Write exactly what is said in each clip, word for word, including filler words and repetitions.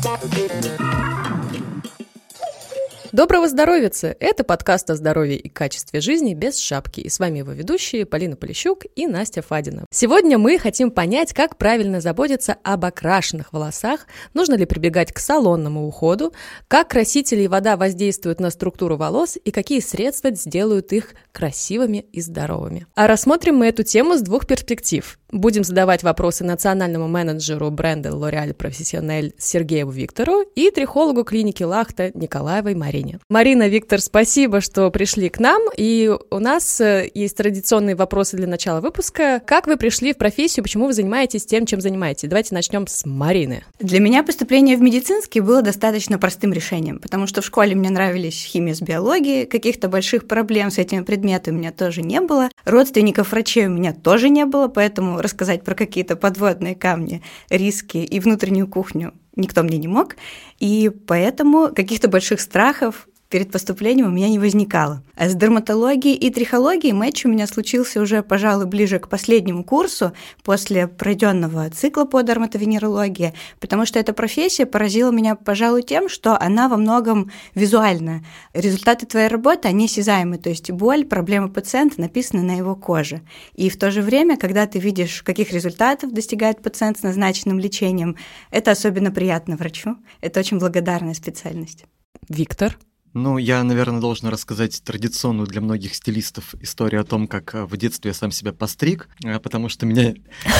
Доброго здоровица! Это подкаст о здоровье и качестве жизни без шапки. И с вами его ведущие Полина Полищук и Настя Фадина. Сегодня мы хотим понять, как правильно заботиться об окрашенных волосах, нужно ли прибегать к салонному уходу, как красители и вода воздействуют на структуру волос и какие средства сделают их красивыми и здоровыми. А рассмотрим мы эту тему с двух перспектив. Будем задавать вопросы национальному менеджеру бренда L'Oréal Professionnel Сергееву Виктору и трихологу клиники Лахта Николаевой Марине. Марина, Виктор, спасибо, что пришли к нам. И у нас есть традиционные вопросы для начала выпуска. Как вы пришли в профессию, почему вы занимаетесь тем, чем занимаетесь? Давайте начнем с Марины. Для меня поступление в медицинский было достаточно простым решением, потому что в школе мне нравились химия с биологией, каких-то больших проблем с этими предметами у меня тоже не было, родственников врачей у меня тоже не было, поэтому рассказать про какие-то подводные камни, риски и внутреннюю кухню никто мне не мог, и поэтому каких-то больших страхов перед поступлением у меня не возникало. А с дерматологией и трихологией матч у меня случился уже, пожалуй, ближе к последнему курсу после пройденного цикла по дерматовенерологии, потому что эта профессия поразила меня, пожалуй, тем, что она во многом визуальная. Результаты твоей работы, они осязаемы, то есть боль, проблемы пациента написаны на его коже. И в то же время, когда ты видишь, каких результатов достигает пациент с назначенным лечением, это особенно приятно врачу. Это очень благодарная специальность. Виктор? Ну, я, наверное, должен рассказать традиционную для многих стилистов историю о том, как в детстве я сам себя постриг, потому что меня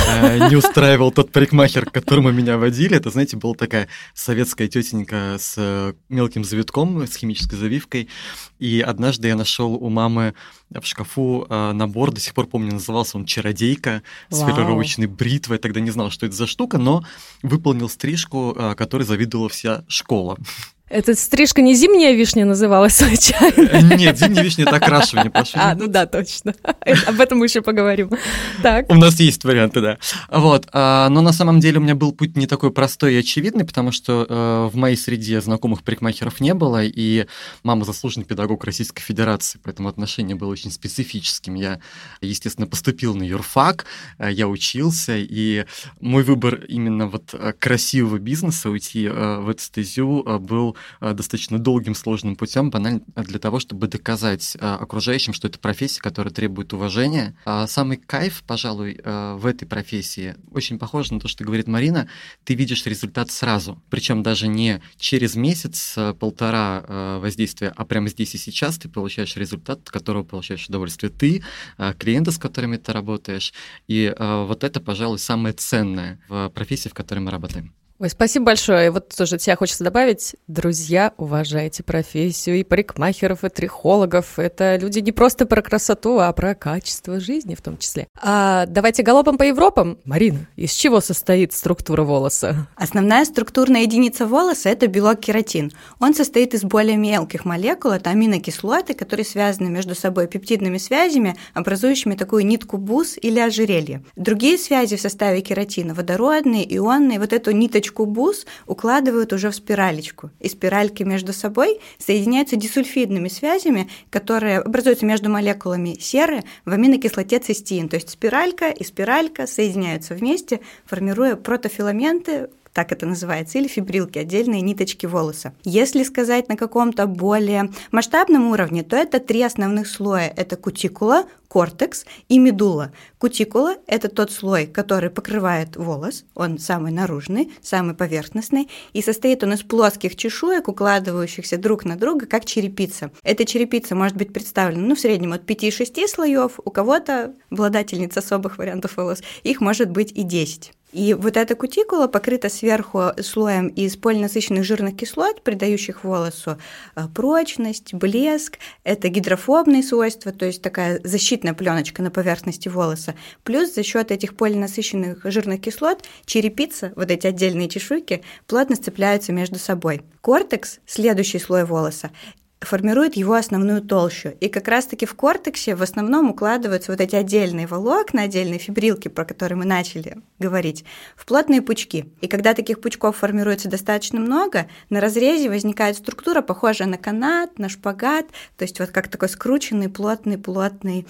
не устраивал тот парикмахер, к которому меня водили. Это, знаете, была такая советская тетенька с мелким завитком, с химической завивкой. И однажды я нашел у мамы в шкафу набор, до сих пор помню, назывался он «Чародейка» с филировочной бритвой. Я тогда не знал, что это за штука, но выполнил стрижку, которой завидовала вся школа. Эта стрижка не зимняя вишня называлась случайно? Нет, зимняя вишня — это окрашивание, прошу. А, ну да, точно. Об этом мы еще поговорим. Так. У нас есть варианты, да. Вот. Но на самом деле у меня был путь не такой простой и очевидный, потому что в моей среде знакомых парикмахеров не было, и мама заслуженный педагог Российской Федерации, поэтому отношение было очень специфическим. Я, естественно, поступил на юрфак, я учился, и мой выбор именно вот красивого бизнеса, уйти в эту стезю, был достаточно долгим, сложным путем, банально для того, чтобы доказать окружающим, что это профессия, которая требует уважения. Самый кайф, пожалуй, в этой профессии очень похоже на то, что говорит Марина, ты видишь результат сразу, причем даже не через месяц, полтора воздействия, а прямо здесь и сейчас ты получаешь результат, от которого получаешь удовольствие ты, клиенты, с которыми ты работаешь, и вот это, пожалуй, самое ценное в профессии, в которой мы работаем. Ой, спасибо большое. И вот тоже тебя хочется добавить. Друзья, уважайте профессию и парикмахеров, и трихологов. Это люди не просто про красоту, а про качество жизни в том числе. А давайте галопом по Европам. Марина, из чего состоит структура волоса? Основная структурная единица волоса – это белок кератин. Он состоит из более мелких молекул, это аминокислоты, которые связаны между собой пептидными связями, образующими такую нитку бус или ожерелье. Другие связи в составе кератина – водородные, ионные, вот эту ниточку бус укладывают уже в спиралечку. И спиральки между собой соединяются дисульфидными связями, которые образуются между молекулами серы в аминокислоте цистеин. То есть спиралька и спиралька соединяются вместе, формируя протофиламенты, так это называется, или фибрилки, отдельные ниточки волоса. Если сказать на каком-то более масштабном уровне, то это три основных слоя. Это кутикула, кортекс и медула. Кутикула – это тот слой, который покрывает волос, он самый наружный, самый поверхностный, и состоит он из плоских чешуек, укладывающихся друг на друга, как черепица. Эта черепица может быть представлена, ну, в среднем от пяти-шести слоев, у кого-то, обладательниц особых вариантов волос, их может быть и десять. И вот эта кутикула покрыта сверху слоем из полинасыщенных жирных кислот, придающих волосу прочность, блеск. Это гидрофобные свойства, то есть такая защитная пленочка на поверхности волоса. Плюс за счет этих полинасыщенных жирных кислот черепица, вот эти отдельные чешуйки, плотно сцепляются между собой. Кортекс, следующий слой волоса, формирует его основную толщу. И как раз-таки в кортексе в основном укладываются вот эти отдельные волокна, отдельные фибрилки, про которые мы начали говорить, в плотные пучки. И когда таких пучков формируется достаточно много, на разрезе возникает структура, похожая на канат, на шпагат, то есть вот как такой скрученный, плотный, плотный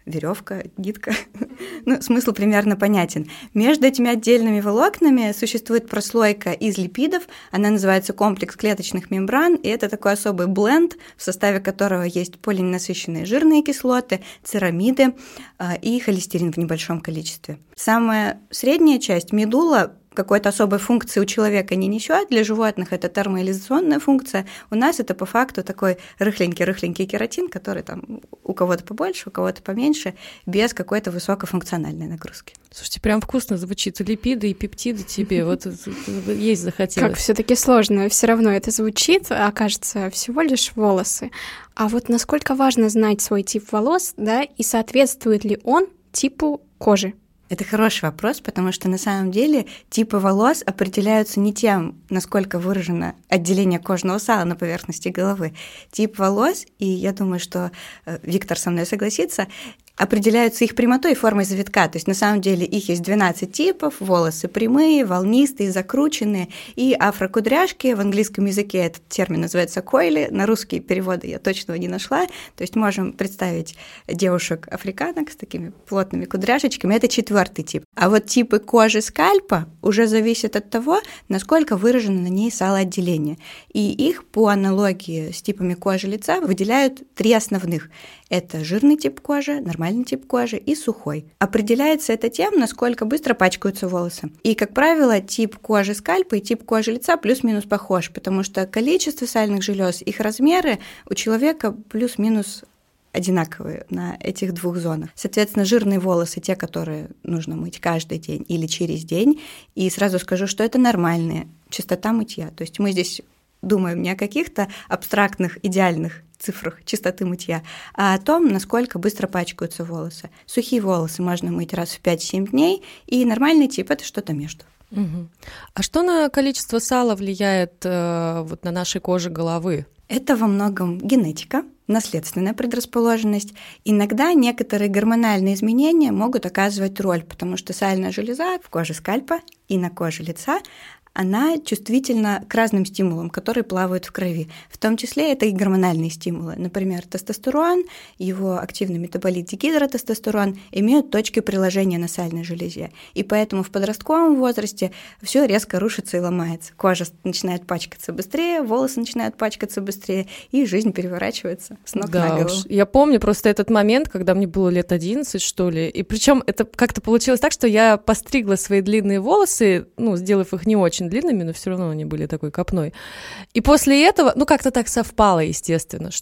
веревка, нитка. Ну, смысл примерно понятен. Между этими отдельными волокнами существует прослойка из липидов, она называется комплекс клеточных мембран, и это такой особый бленд, в составе которого есть полиненасыщенные жирные кислоты, церамиды э, и холестерин в небольшом количестве. Самая средняя часть, медула, какой-то особой функции у человека не несет. Для животных это термоэлизационная функция. У нас это по факту такой рыхленький-рыхленький кератин, который там у кого-то побольше, у кого-то поменьше, без какой-то высокофункциональной нагрузки. Слушайте, прям вкусно звучит. Липиды и пептиды тебе вот есть захотелось. Как все-таки сложно, все равно это звучит, а кажется всего лишь волосы. А вот насколько важно знать свой тип волос, да, и соответствует ли он типу кожи? Это хороший вопрос, потому что на самом деле типы волос определяются не тем, насколько выражено отделение кожного сала на поверхности головы. Тип волос, и я думаю, что Виктор со мной согласится, определяются их прямотой и формой завитка. То есть на самом деле их есть двенадцать типов: волосы прямые, волнистые, закрученные и афрокудряшки. В английском языке этот термин называется койли, на русские переводы я точного не нашла. То есть можем представить девушек-африканок с такими плотными кудряшечками. Это четвертый тип. А вот типы кожи скальпа уже зависят от того, насколько выражено на ней салоотделение. И их по аналогии с типами кожи лица выделяют три основных. Это жирный тип кожи, нормальный тип кожи и сухой. Определяется это тем, насколько быстро пачкаются волосы. И, как правило, тип кожи скальпа и тип кожи лица плюс-минус похож, потому что количество сальных желез, их размеры у человека плюс-минус одинаковые на этих двух зонах. Соответственно, жирные волосы, те, которые нужно мыть каждый день или через день. И сразу скажу, что это нормальная частота мытья. То есть мы здесь думаем не о каких-то абстрактных, идеальных цифрах чистоты мытья, а о том, насколько быстро пачкаются волосы. Сухие волосы можно мыть раз в пять-семь дней, и нормальный тип – это что-то между. Угу. А что на количество сала влияет э, вот на нашей коже головы? Это во многом генетика, наследственная предрасположенность. Иногда некоторые гормональные изменения могут оказывать роль, потому что сальная железа в коже скальпа и на коже лица она чувствительна к разным стимулам, которые плавают в крови. В том числе это и гормональные стимулы. Например, тестостерон, его активный метаболит дигидротестостерон имеют точки приложения на сальной железе. И поэтому в подростковом возрасте все резко рушится и ломается. Кожа начинает пачкаться быстрее, волосы начинают пачкаться быстрее, и жизнь переворачивается с ног да на голову. Уж. Я помню просто этот момент, когда мне было лет одиннадцать, что ли. И причем это как-то получилось так, что я постригла свои длинные волосы, ну, сделав их не очень длинными, но все равно они были такой копной. И после этого, ну, как-то так совпало, естественно,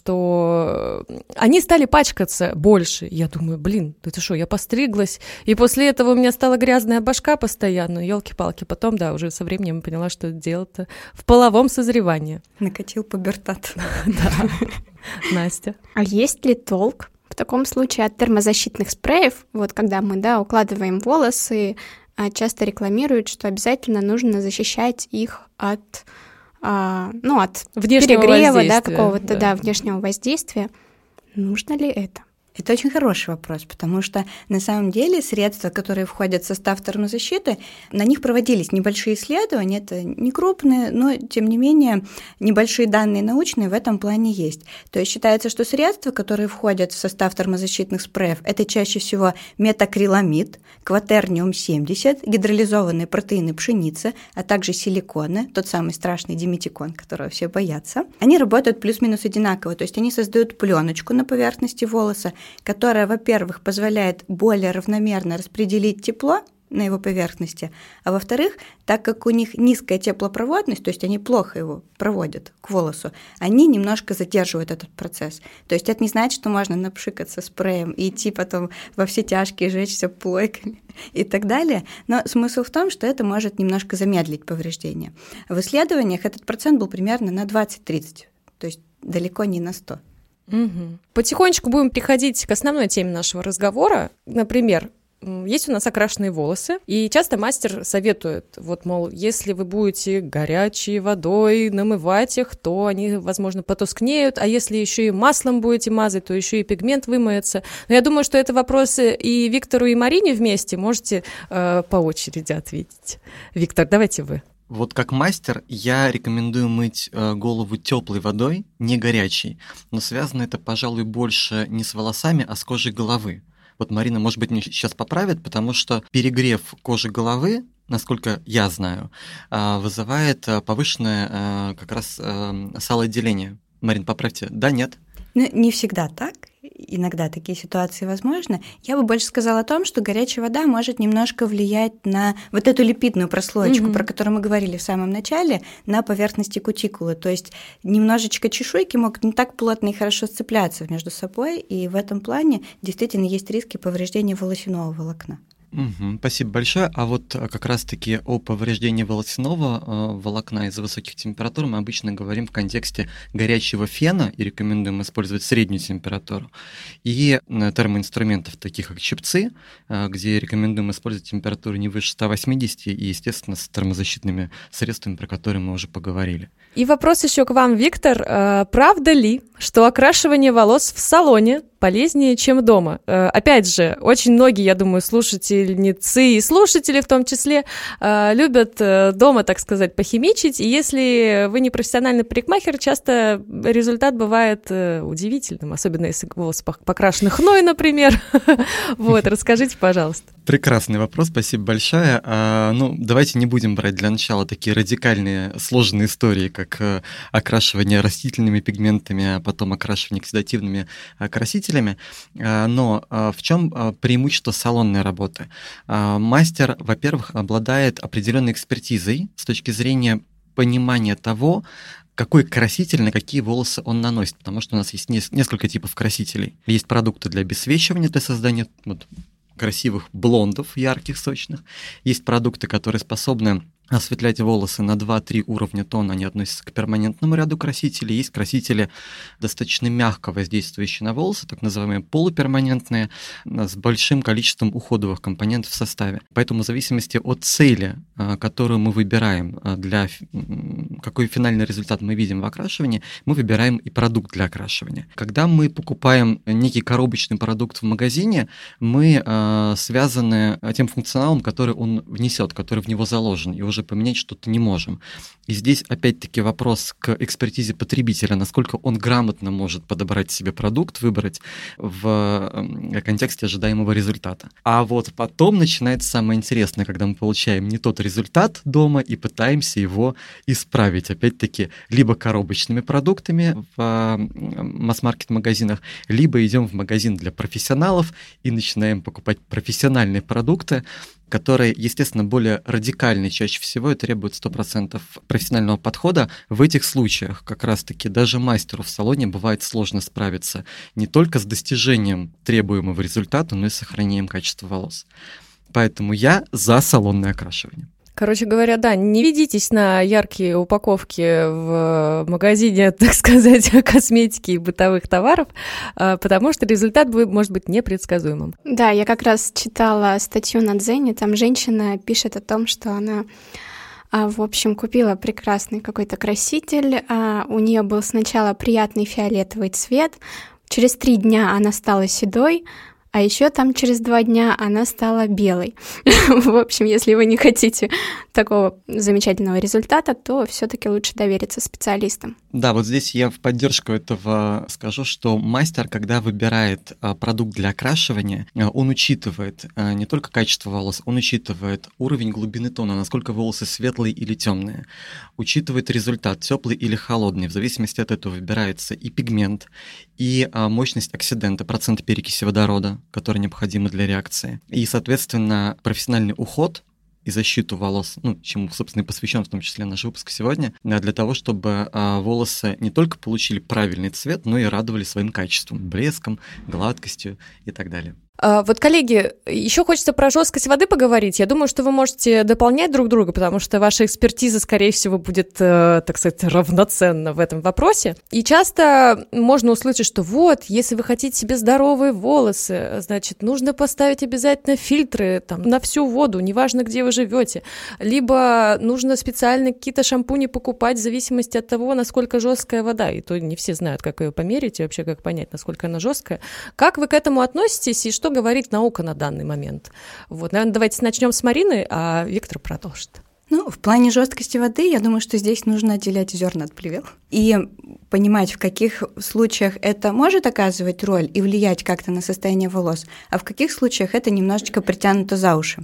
что они стали пачкаться больше. Я думаю, блин, это что, я постриглась? И после этого у меня стала грязная башка постоянно, елки-палки. Потом, да, уже со временем поняла, что дело-то в половом созревании. Накатил пубертат. Да. Настя. А есть ли толк в таком случае от термозащитных спреев? Вот когда мы, да, укладываем волосы, часто рекламируют, что обязательно нужно защищать их от, а, ну, от внешнего перегрева, да, какого-то, да. да, внешнего воздействия. Нужно ли это? Это очень хороший вопрос, потому что на самом деле средства, которые входят в состав термозащиты, на них проводились небольшие исследования, это не крупные, но тем не менее небольшие данные научные в этом плане есть. То есть считается, что средства, которые входят в состав термозащитных спреев, это чаще всего метакриламид, кватерниум семьдесят, гидролизованные протеины пшеницы, а также силиконы, тот самый страшный диметикон, которого все боятся. Они работают плюс-минус одинаково, то есть они создают пленочку на поверхности волоса, которая, во-первых, позволяет более равномерно распределить тепло на его поверхности, а во-вторых, так как у них низкая теплопроводность, то есть они плохо его проводят к волосу, они немножко задерживают этот процесс. То есть это не значит, что можно напшикаться спреем и идти потом во все тяжкие, жечься плойками и так далее, но смысл в том, что это может немножко замедлить повреждение. В исследованиях этот процент был примерно на двадцать-тридцать, то есть далеко не на сто. Угу. Потихонечку будем переходить к основной теме нашего разговора. Например, есть у нас окрашенные волосы, и часто мастер советует, вот, мол, если вы будете горячей водой намывать их, то они, возможно, потускнеют, а если еще и маслом будете мазать, то еще и пигмент вымоется. Но я думаю, что это вопросы и Виктору, и Марине вместе, можете э, по очереди ответить. Виктор, давайте вы. Вот как мастер я рекомендую мыть э, голову теплой водой, не горячей, но связано это, пожалуй, больше не с волосами, а с кожей головы. Вот Марина, может быть, меня сейчас поправит, потому что перегрев кожи головы, насколько я знаю, вызывает повышенное как раз салоотделение. Марин, поправьте. Да, нет? Ну, не всегда так. Иногда такие ситуации возможны. Я бы больше сказала о том, что горячая вода может немножко влиять на вот эту липидную прослоечку, mm-hmm. про которую мы говорили в самом начале, на поверхности кутикулы. То есть немножечко чешуйки могут не так плотно и хорошо сцепляться между собой, и в этом плане действительно есть риски повреждения волосяного волокна. Угу, спасибо большое. А вот как раз-таки о повреждении волосяного э, волокна из-за высоких температур мы обычно говорим в контексте горячего фена и рекомендуем использовать среднюю температуру. И э, термоинструментов, таких как щипцы, э, где рекомендуем использовать температуру не выше ста восьмидесяти и, естественно, с термозащитными средствами, про которые мы уже поговорили. И вопрос еще к вам, Виктор. Э, правда ли, что окрашивание волос в салоне полезнее, чем дома? Э, опять же, очень многие, я думаю, слушательницы и слушатели в том числе э, любят э, дома, так сказать, похимичить, и если вы не профессиональный парикмахер, часто результат бывает э, удивительным, особенно если волосы покрашены хной, например. Вот, расскажите, пожалуйста. Прекрасный вопрос, спасибо большое. А, ну, давайте не будем брать для начала такие радикальные, сложные истории, как э, окрашивание растительными пигментами, а потом окрашивание оксидативными красителями. А, но а, в чем а, преимущество салонной работы? А, мастер, во-первых, обладает определенной экспертизой с точки зрения понимания того, какой краситель на какие волосы он наносит, потому что у нас есть несколько типов красителей. Есть продукты для обесцвечивания, для создания вот, красивых блондов, ярких, сочных. Есть продукты, которые способны осветлять волосы на два-три уровня тона, они относятся к перманентному ряду красителей. Есть красители достаточно мягко воздействующие на волосы, так называемые полуперманентные, с большим количеством уходовых компонентов в составе. Поэтому в зависимости от цели, которую мы выбираем, для какой финальный результат мы видим в окрашивании, мы выбираем и продукт для окрашивания. Когда мы покупаем некий коробочный продукт в магазине, мы связаны тем функционалом, который он внесет, который в него заложен, и уже поменять что-то не можем. И здесь опять-таки вопрос к экспертизе потребителя, насколько он грамотно может подобрать себе продукт, выбрать в контексте ожидаемого результата. А вот потом начинается самое интересное, когда мы получаем не тот результат дома и пытаемся его исправить. Опять-таки, либо коробочными продуктами в масс-маркет магазинах, либо идем в магазин для профессионалов и начинаем покупать профессиональные продукты, которые, естественно, более радикальны чаще всего и требуют сто процентов профессионального подхода. В этих случаях как раз-таки даже мастеру в салоне бывает сложно справиться не только с достижением требуемого результата, но и с сохранением качества волос. Поэтому я за салонное окрашивание. Короче говоря, да, не ведитесь на яркие упаковки в магазине, так сказать, косметики и бытовых товаров, потому что результат будет, может быть непредсказуемым. Да, я как раз читала статью на Дзене, там женщина пишет о том, что она, в общем, купила прекрасный какой-то краситель, у нее был сначала приятный фиолетовый цвет, через три дня она стала седой, а еще там через два дня она стала белой. В общем, если вы не хотите такого замечательного результата, то все-таки лучше довериться специалистам. Да, вот здесь я в поддержку этого скажу, что мастер, когда выбирает продукт для окрашивания, он учитывает не только качество волос, он учитывает уровень глубины тона, насколько волосы светлые или темные, учитывает результат, теплый или холодный. В зависимости от этого выбирается и пигмент, и мощность оксидента, процент перекиси водорода, который необходимы для реакции. И, соответственно, профессиональный уход и защиту волос, ну, чему, собственно, и посвящен в том числе наш выпуск сегодня, для того, чтобы волосы не только получили правильный цвет, но и радовали своим качеством, блеском, гладкостью и так далее. Вот, коллеги, еще хочется про жесткость воды поговорить. Я думаю, что вы можете дополнять друг друга, потому что ваша экспертиза, скорее всего, будет, так сказать, равноценна в этом вопросе. И часто можно услышать, что вот, если вы хотите себе здоровые волосы, значит, нужно поставить обязательно фильтры там, на всю воду, неважно, где вы живете. Либо нужно специально какие-то шампуни покупать в зависимости от того, насколько жесткая вода. И то не все знают, как ее померить и вообще как понять, насколько она жесткая. Как вы к этому относитесь и что говорит наука на данный момент? Вот, наверное, давайте начнем с Марины, а Виктор продолжит. Ну, в плане жесткости воды, я думаю, что здесь нужно отделять зерна от плевел и понимать, в каких случаях это может оказывать роль и влиять как-то на состояние волос, а в каких случаях это немножечко притянуто за уши.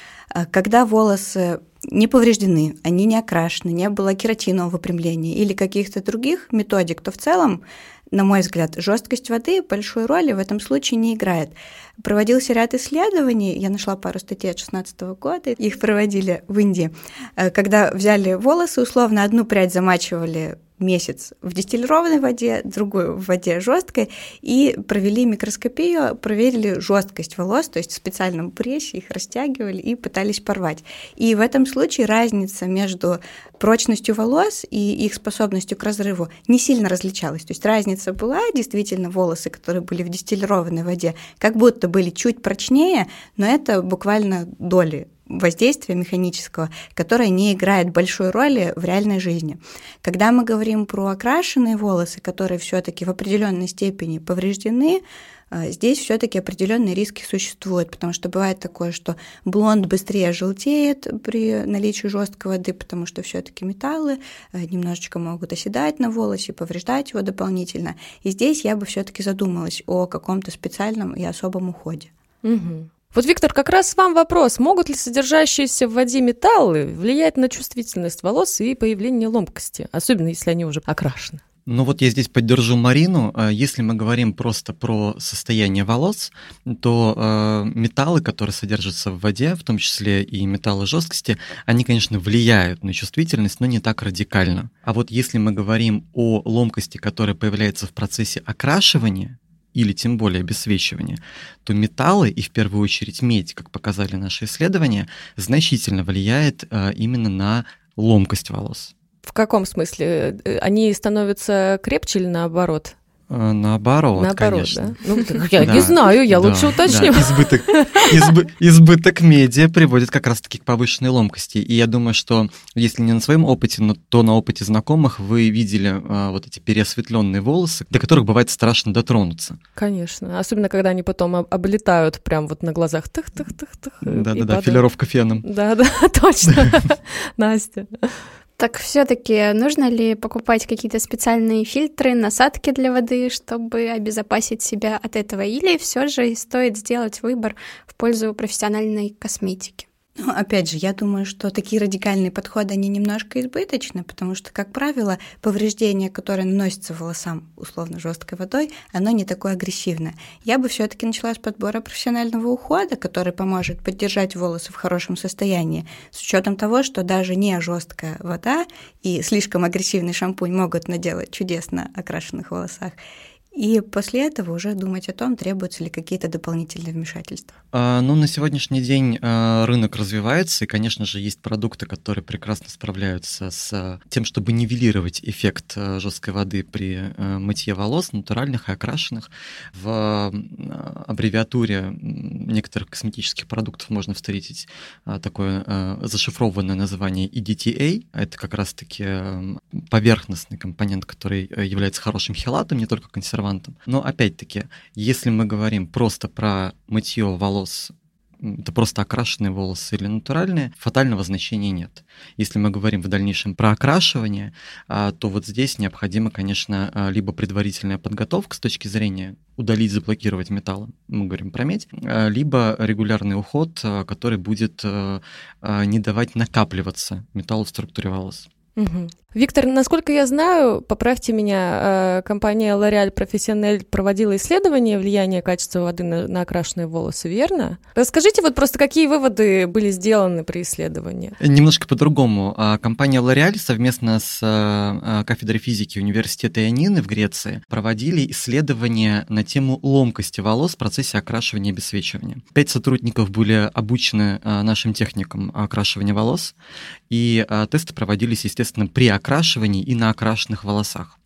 Когда волосы не повреждены, они не окрашены, не было кератинового выпрямления или каких-то других методик, то в целом, на мой взгляд, жесткость воды большой роли в этом случае не играет. Проводился ряд исследований, я нашла пару статей от две тысячи шестнадцатого года, их проводили в Индии, когда взяли волосы, условно, одну прядь замачивали месяц в дистиллированной воде, другую в воде жесткой, и провели микроскопию, проверили жесткость волос, то есть в специальном прессе их растягивали и пытались порвать. И в этом случае разница между прочностью волос и их способностью к разрыву не сильно различалась. То есть разница была, действительно, волосы, которые были в дистиллированной воде, как будто были чуть прочнее, но это буквально доли воздействия механического, которое не играет большой роли в реальной жизни. Когда мы говорим про окрашенные волосы, которые все-таки в определенной степени повреждены, здесь все-таки определенные риски существуют, потому что бывает такое, что блонд быстрее желтеет при наличии жесткой воды, потому что все-таки металлы немножечко могут оседать на волосе, повреждать его дополнительно. И здесь я бы все-таки задумалась о каком-то специальном и особом уходе. Угу. Вот, Виктор, как раз вам вопрос. Могут ли содержащиеся в воде металлы влиять на чувствительность волос и появление ломкости, особенно если они уже окрашены? Ну вот я здесь поддержу Марину. Если мы говорим просто про состояние волос, то э, металлы, которые содержатся в воде, в том числе и металлы жесткости, они, конечно, влияют на чувствительность, но не так радикально. А вот если мы говорим о ломкости, которая появляется в процессе окрашивания, или тем более обесцвечивания, то металлы, и в первую очередь медь, как показали наши исследования, значительно влияет э, именно на ломкость волос. В каком смысле? Они становятся крепче или наоборот? Наоборот, Наоборот, конечно. Да? Ну, я да, не знаю, я да, лучше уточню. Да. Избыток, избы, избыток меди приводит как раз-таки к повышенной ломкости. И я думаю, что если не на своем опыте, но то на опыте знакомых вы видели а, вот эти переосветленные волосы, до которых бывает страшно дотронуться. Конечно. Особенно, когда они потом облетают прям вот на глазах. Тых-тых-тых-тых. Да-да-да, филировка феном. Да-да, точно. Настя. Так все-таки нужно ли покупать какие-то специальные фильтры, насадки для воды, чтобы обезопасить себя от этого? Или все же стоит сделать выбор в пользу профессиональной косметики? Ну, опять же, я думаю, что такие радикальные подходы, они немножко избыточны, потому что, как правило, повреждение, которое наносится волосам условно жесткой водой, оно не такое агрессивное. Я бы все-таки начала с подбора профессионального ухода, который поможет поддержать волосы в хорошем состоянии, с учетом того, что даже не жесткая вода и слишком агрессивный шампунь могут наделать чудесно окрашенных волосах. И после этого уже думать о том, требуются ли какие-то дополнительные вмешательства. А, ну, на сегодняшний день а, рынок развивается, и, конечно же, есть продукты, которые прекрасно справляются с тем, чтобы нивелировать эффект а, жесткой воды при а, мытье волос, натуральных и окрашенных. В а, аббревиатуре некоторых косметических продуктов можно встретить а, такое а, зашифрованное название и ди ти эй. Это как раз-таки а, поверхностный компонент, который является хорошим хелатом, не только консервантом. Но опять-таки, если мы говорим просто про мытье волос, это просто окрашенные волосы или натуральные, фатального значения нет. Если мы говорим в дальнейшем про окрашивание, то вот здесь необходима, конечно, либо предварительная подготовка с точки зрения удалить, заблокировать металлы, мы говорим про медь, либо регулярный уход, который будет не давать накапливаться металлу в структуре волос. Угу. Виктор, насколько я знаю, поправьте меня, компания L'Oréal Professionnel проводила исследование влияния качества воды на, на окрашенные волосы, верно? Расскажите вот просто, какие выводы были сделаны при исследовании? Немножко по-другому. Компания L'Oréal совместно с кафедрой физики университета Ионины в Греции проводили исследование на тему ломкости волос в процессе окрашивания и обесцвечивания. Пять сотрудников были обучены нашим техникам окрашивания волос, и тесты проводились, естественно, при окрашивании и на окрашенных волосах.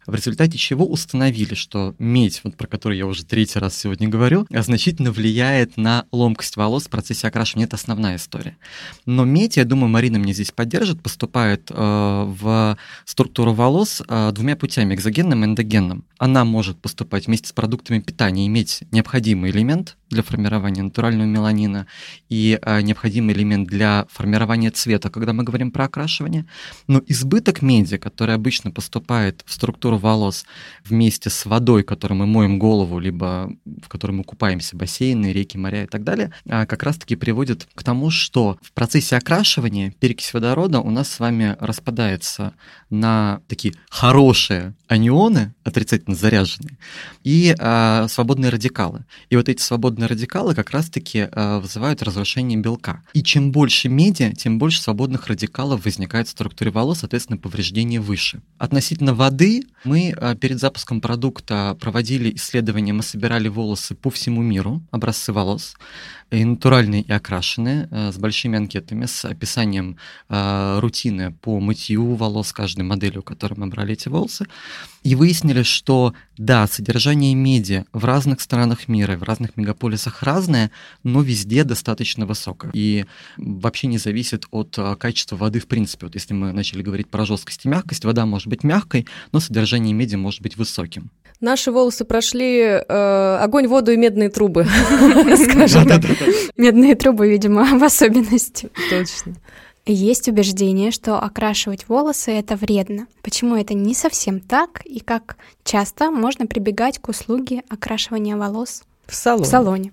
в результате чего установили, что медь, вот про которую я уже третий раз сегодня говорю, значительно влияет на ломкость волос в процессе окрашивания. Это основная история. Но медь, я думаю, Марина мне здесь поддержит, поступает э, в структуру волос э, двумя путями, экзогенным и эндогенным. Она может поступать вместе с продуктами питания, иметь необходимый элемент для формирования натурального меланина и э, необходимый элемент для формирования цвета, когда мы говорим про окрашивание. Но избыток меди, который обычно поступает в структуру волос вместе с водой, которой мы моем голову, либо в которой мы купаемся, бассейны, реки, моря и так далее, э, как раз-таки приводит к тому, что в процессе окрашивания перекись водорода у нас с вами распадается на такие хорошие анионы, отрицательно заряженные, и э, свободные радикалы. И вот эти свободные радикалы как раз-таки э, вызывают разрушение белка. И чем больше меди, тем больше свободных радикалов возникает в структуре волос, соответственно, повреждение выше. Относительно воды, мы э, перед запуском продукта проводили исследования, мы собирали волосы по всему миру, образцы волос, и натуральные, и окрашенные, э, с большими анкетами, с описанием э, рутины по мытью волос каждой модели, у которой мы брали эти волосы, и выяснили, что да, содержание меди в разных странах мира, в разных мегаполисах разное, но везде достаточно высокое. И вообще не зависит от качества воды в принципе. Вот если мы начали говорить про жесткость и мягкость, вода может быть мягкой, но содержание меди может быть высоким. Наши волосы прошли э, огонь, воду и медные трубы, скажем так. Медные трубы, видимо, в особенности. Точно. Есть убеждение, что окрашивать волосы — это вредно. Почему это не совсем так, и как часто можно прибегать к услуге окрашивания волос в салоне? В салоне.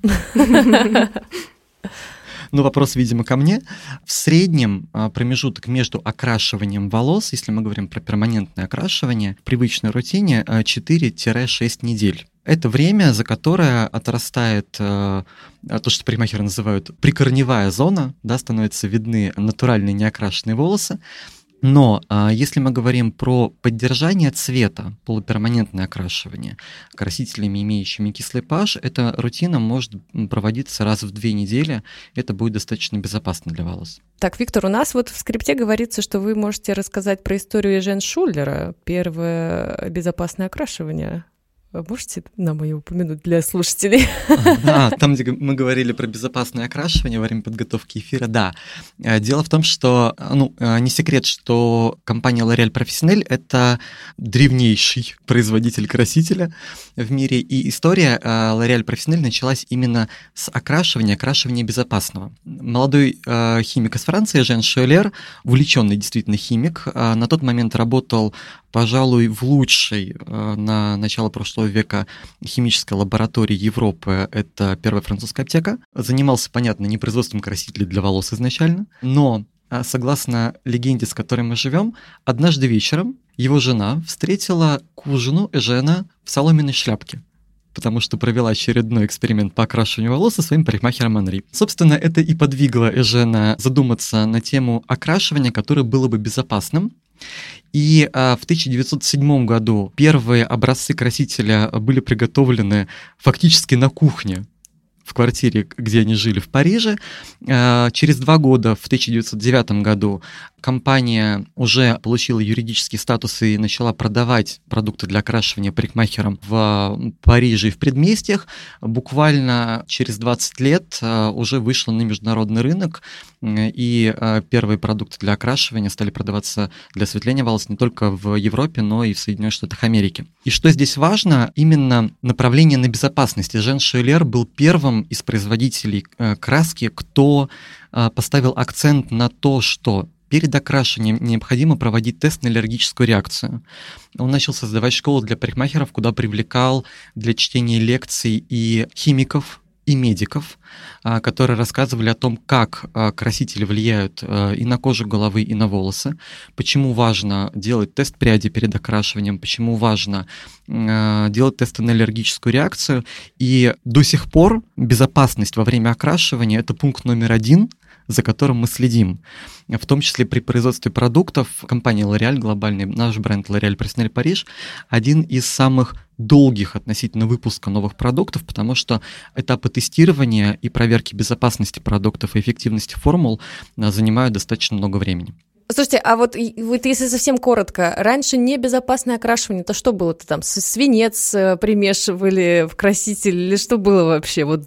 Ну, вопрос, видимо, ко мне. В среднем промежуток между окрашиванием волос, если мы говорим про перманентное окрашивание, в привычной рутине четыре-шесть недель. Это время, за которое отрастает э, то, что парикмахеры называют прикорневая зона, да, становятся видны натуральные неокрашенные волосы. Но э, если мы говорим про поддержание цвета, полуперманентное окрашивание красителями, имеющими кислый pH, эта рутина может проводиться раз в две недели. Это будет достаточно безопасно для волос. Так, Виктор, у нас вот в скрипте говорится, что вы можете рассказать про историю Эжен Шуллера, первое безопасное окрашивание. Можете нам ее упомянуть для слушателей? Да, там, где мы говорили про безопасное окрашивание во время подготовки эфира, да. Дело в том, что, ну, не секрет, что компания L'Oréal Professionnel — это древнейший производитель красителя в мире, и история L'Oréal Professionnel началась именно с окрашивания, окрашивания безопасного. Молодой химик из Франции, Жен Шуэлер, увлеченный действительно химик, на тот момент работал, пожалуй, в лучшей на начало прошлого века химической лаборатории Европы, это первая французская аптека. Занимался, понятно, не производством красителей для волос изначально, но, согласно легенде, с которой мы живем, однажды вечером его жена встретила к ужину Эжена в соломенной шляпке, потому что провела очередной эксперимент по окрашиванию волос со своим парикмахером Анри. Собственно, это и подвигло Эжена задуматься на тему окрашивания, которое было бы безопасным. И а, в тысяча девятьсот седьмом году первые образцы красителя были приготовлены фактически на кухне в квартире, где они жили в Париже. А, через два года, в тысяча девятьсот девятом году, компания уже получила юридический статус и начала продавать продукты для окрашивания парикмахерам в Париже и в предместьях. Буквально через двадцать лет уже вышла на международный рынок, и первые продукты для окрашивания стали продаваться для осветления волос не только в Европе, но и в Соединенных Штатах Америки. И что здесь важно, именно направление на безопасность. Жен Шуэлер был первым из производителей краски, кто поставил акцент на то, что перед окрашиванием необходимо проводить тест на аллергическую реакцию. Он начал создавать школу для парикмахеров, куда привлекал для чтения лекций и химиков, и медиков, которые рассказывали о том, как красители влияют и на кожу головы, и на волосы, почему важно делать тест пряди перед окрашиванием, почему важно делать тесты на аллергическую реакцию. И до сих пор безопасность во время окрашивания – это пункт номер один, за которым мы следим. В том числе при производстве продуктов компания L'Oréal, глобальный наш бренд L'Oréal Professionnel Paris, один из самых долгих относительно выпуска новых продуктов, потому что этапы тестирования и проверки безопасности продуктов и эффективности формул занимают достаточно много времени. Послушайте, а вот, вот если совсем коротко, раньше небезопасное окрашивание, то что было-то там? Свинец примешивали в краситель или что было вообще вот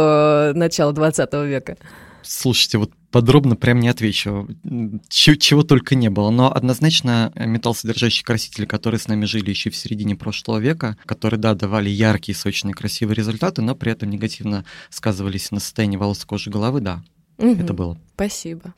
до начала двадцатого века? Слушайте, вот подробно прям не отвечу. Чего, чего только не было. Но однозначно металлсодержащие красители, которые с нами жили еще в середине прошлого века, которые, да, давали яркие, сочные, красивые результаты, но при этом негативно сказывались на состоянии волос, кожи, головы, да, угу. Это было. Спасибо.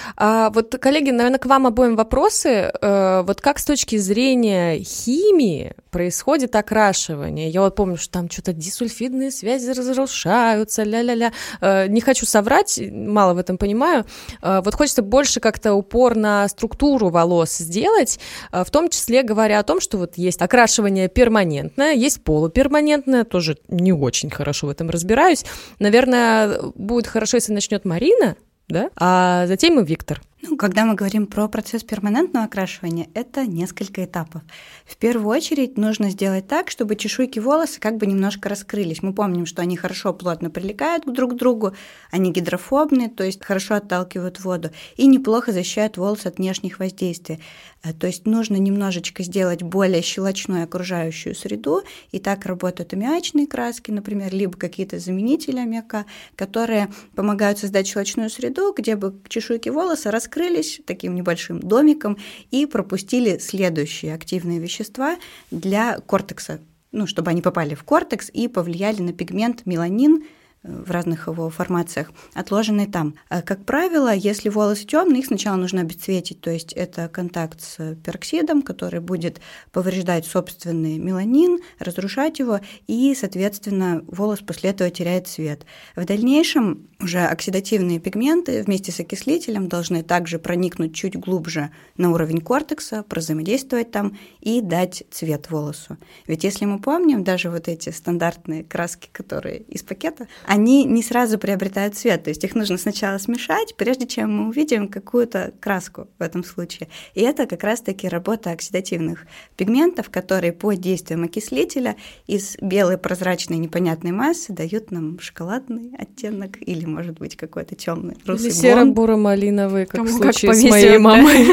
А вот, коллеги, наверное, к вам обоим вопросы. Вот как с точки зрения химии происходит окрашивание? Я вот помню, что там что-то дисульфидные связи разрушаются, ля-ля-ля. Не хочу соврать, мало в этом понимаю. Вот хочется больше как-то упор на структуру волос сделать, в том числе говоря о том, что вот есть окрашивание перманентное, есть полуперманентное, тоже не очень хорошо в этом разбираюсь. Наверное, будет хорошо, если начнет Марина, да? А затем и Виктор. Ну, когда мы говорим про процесс перманентного окрашивания, это несколько этапов. В первую очередь нужно сделать так, чтобы чешуйки волоса как бы немножко раскрылись. Мы помним, что они хорошо плотно прилегают друг к другу, они гидрофобны, то есть хорошо отталкивают воду и неплохо защищают волосы от внешних воздействий. То есть нужно немножечко сделать более щелочной окружающую среду, и так работают аммиачные краски, например, либо какие-то заменители аммиака, которые помогают создать щелочную среду, где бы чешуйки волоса раскрылись таким небольшим домиком и пропустили следующие активные вещества для кортекса, ну, чтобы они попали в кортекс и повлияли на пигмент меланин в разных его формациях, отложенные там. Как правило, если волосы темные, их сначала нужно обесцветить, то есть это контакт с пероксидом, который будет повреждать собственный меланин, разрушать его, и, соответственно, волос после этого теряет цвет. В дальнейшем уже оксидативные пигменты вместе с окислителем должны также проникнуть чуть глубже на уровень кортекса, прозаимодействовать там и дать цвет волосу. Ведь если мы помним, даже вот эти стандартные краски, которые из пакета, они не сразу приобретают цвет, то есть их нужно сначала смешать, прежде чем мы увидим какую-то краску в этом случае. И это как раз-таки работа оксидативных пигментов, которые под действием окислителя из белой прозрачной непонятной массы дают нам шоколадный оттенок или, может быть, какой-то темный русый или серо-буро-малиновый, как в случае как с моей мамой,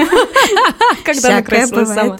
когда она всякое красила сама.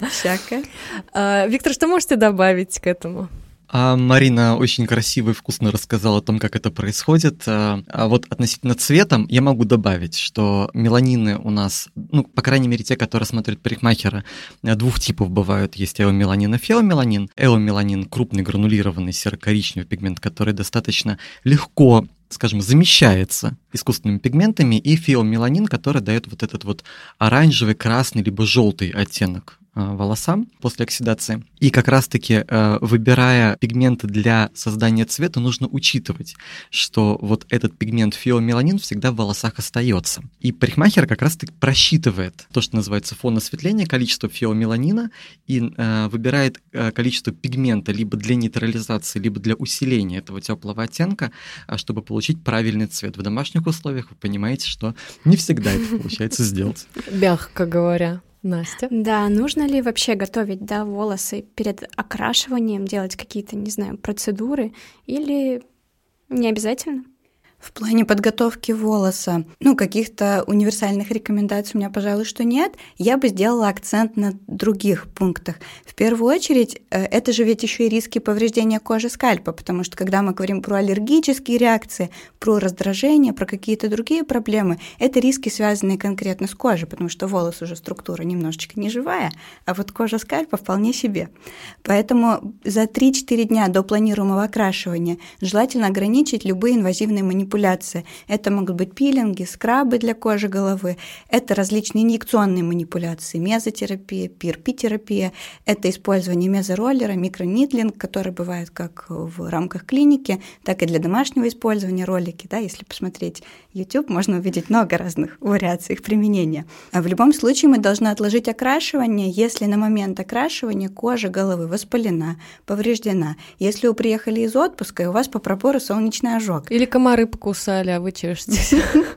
Всякое. Виктор, что можете добавить к этому? А Марина очень красиво и вкусно рассказала о том, как это происходит. А вот относительно цветом я могу добавить, что меланины у нас, ну, по крайней мере, те, которые смотрят парикмахера, двух типов бывают. Есть эомеланин и феомеланин. Эомеланин – крупный гранулированный серо-коричневый пигмент, который достаточно легко, скажем, замещается искусственными пигментами, и феомеланин, который дает вот этот вот оранжевый, красный, либо желтый оттенок волосам после оксидации. И как раз-таки, выбирая пигменты для создания цвета, нужно учитывать, что вот этот пигмент феомеланин всегда в волосах остается. И парикмахер как раз-таки просчитывает то, что называется фон осветления, количество феомеланина, и выбирает количество пигмента либо для нейтрализации, либо для усиления этого теплого оттенка, чтобы получить правильный цвет. В домашних условиях вы понимаете, что не всегда это получается сделать. Мягко говоря. Настя? Да, нужно ли вообще готовить, да, волосы перед окрашиванием, делать какие-то, не знаю, процедуры, или не обязательно? В плане подготовки волоса, ну, каких-то универсальных рекомендаций у меня, пожалуй, что нет. Я бы сделала акцент на других пунктах. В первую очередь, это же ведь еще и риски повреждения кожи скальпа, потому что когда мы говорим про аллергические реакции, про раздражение, про какие-то другие проблемы, это риски, связанные конкретно с кожей, потому что волос уже структура немножечко неживая, а вот кожа скальпа вполне себе. Поэтому за три-четыре дня до планируемого окрашивания желательно ограничить любые инвазивные манипуляции. Это могут быть пилинги, скрабы для кожи головы, это различные инъекционные манипуляции, мезотерапия, пи эр пи-терапия, это использование мезороллера, микронидлинг, который бывает как в рамках клиники, так и для домашнего использования, ролики. Да, если посмотреть YouTube, можно увидеть много разных вариаций их применения. А в любом случае мы должны отложить окрашивание, если на момент окрашивания кожа головы воспалена, повреждена. Если вы приехали из отпуска, и у вас по пробору солнечный ожог. Или комары покусали, а вы чешетесь.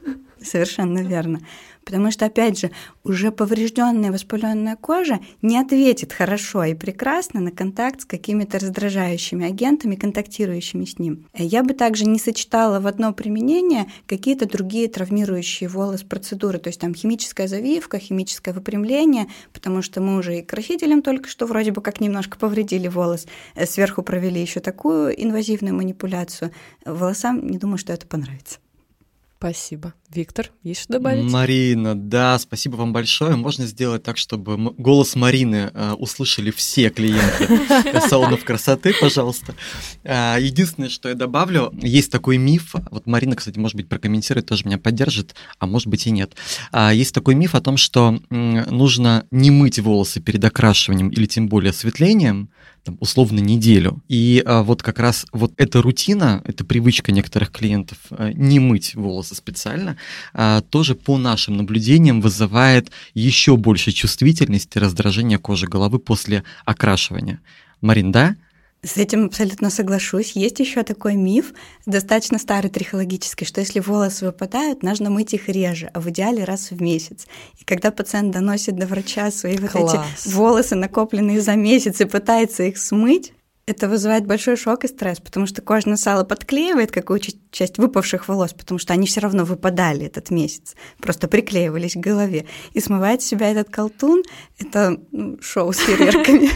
Совершенно верно. Потому что, опять же, уже поврежденная воспаленная кожа не ответит хорошо и прекрасно на контакт с какими-то раздражающими агентами, контактирующими с ним. Я бы также не сочетала в одно применение какие-то другие травмирующие волос процедуры, то есть там химическая завивка, химическое выпрямление, потому что мы уже и красителем только что вроде бы как немножко повредили волос, сверху провели еще такую инвазивную манипуляцию. Волосам не думаю, что это понравится. Спасибо. Виктор, есть что добавить? Марина, да, спасибо вам большое. Можно сделать так, чтобы голос Марины э, услышали все клиенты салонов красоты, пожалуйста. Э, единственное, что я добавлю, есть такой миф, вот Марина, кстати, может быть, прокомментирует, тоже меня поддержит, а может быть и нет. Э, есть такой миф о том, что э, нужно не мыть волосы перед окрашиванием или тем более осветлением, там, условно, неделю. И а, вот как раз вот эта рутина, эта привычка некоторых клиентов а, не мыть волосы специально, а, тоже по нашим наблюдениям вызывает еще больше чувствительности и раздражения кожи головы после окрашивания. Марин, да? С этим абсолютно соглашусь. Есть еще такой миф, достаточно старый трихологический, что если волосы выпадают, нужно мыть их реже, а в идеале раз в месяц. И когда пациент доносит до врача свои вот эти волосы, накопленные за месяц, и пытается их смыть, это вызывает большой шок и стресс, потому что кожное сало подклеивает какую-то часть выпавших волос, потому что они все равно выпадали этот месяц, просто приклеивались к голове. И смывать с себя этот колтун — это ну, шоу с фейерверками.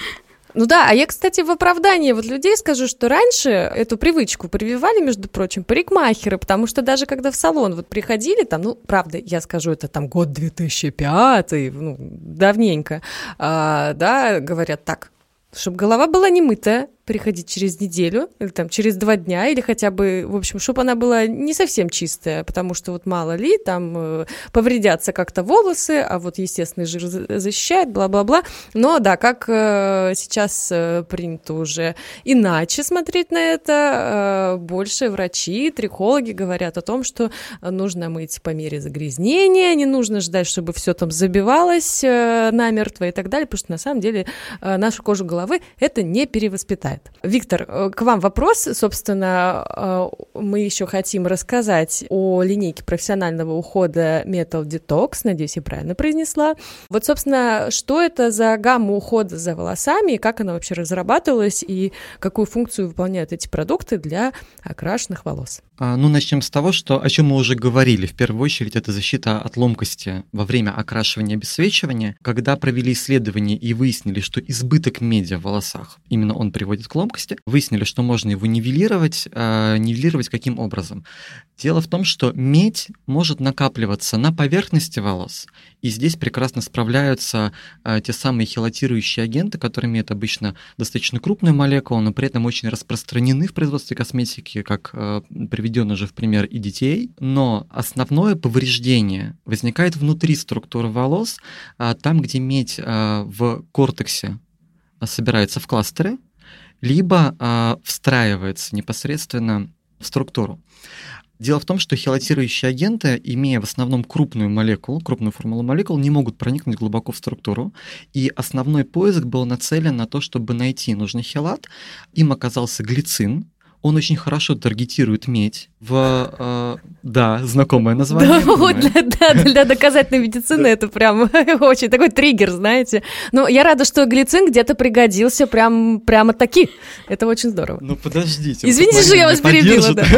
Ну да, а я, кстати, в оправдании вот людей скажу, что раньше эту привычку прививали, между прочим, парикмахеры, потому что даже когда в салон вот приходили, там, ну, правда, я скажу, это там год две тысячи пятый, ну, давненько, а, да, говорят так, чтобы голова была не мытая, приходить через неделю или там через два дня, или хотя бы, в общем, чтобы она была не совсем чистая, потому что вот мало ли, там э, повредятся как-то волосы, а вот естественный жир защищает, бла-бла-бла. Но да, как э, сейчас э, принято уже иначе смотреть на это, э, больше врачи, трихологи говорят о том, что нужно мыть по мере загрязнения, не нужно ждать, чтобы все там забивалось э, намертво и так далее, потому что на самом деле э, нашу кожу головы это не перевоспитает. Виктор, к вам вопрос. Собственно, мы еще хотим рассказать о линейке профессионального ухода Metal Detox. Надеюсь, я правильно произнесла. Вот, собственно, что это за гамма ухода за волосами, как она вообще разрабатывалась и какую функцию выполняют эти продукты для окрашенных волос? Ну, начнем с того, что, о чем мы уже говорили. В первую очередь, это защита от ломкости во время окрашивания и обесцвечивания. Когда провели исследование и выяснили, что избыток меди в волосах, именно он приводит к ломкости, выяснили, что можно его нивелировать. А нивелировать каким образом? Дело в том, что медь может накапливаться на поверхности волос, и здесь прекрасно справляются а, те самые хелатирующие агенты, которые имеют обычно достаточно крупную молекулу, но при этом очень распространены в производстве косметики, как а, приведено же в пример и ди ти эй. Но основное повреждение возникает внутри структуры волос, а, там, где медь а, в кортексе собирается в кластеры, либо а, встраивается непосредственно в структуру. Дело в том, что хелатирующие агенты, имея в основном крупную молекулу, крупную формулу молекул, не могут проникнуть глубоко в структуру, и основной поиск был нацелен на то, чтобы найти нужный хелат. Им оказался глицин. Он очень хорошо таргетирует медь в... Э, да, знакомое название. Да, вот для, да, для доказательной медицины это прям очень такой триггер, знаете. Но я рада, что глицин где-то пригодился прям, прямо таки. Это очень здорово. Ну, подождите. Извините, что я вас перебила. Да.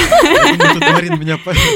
Марина меня...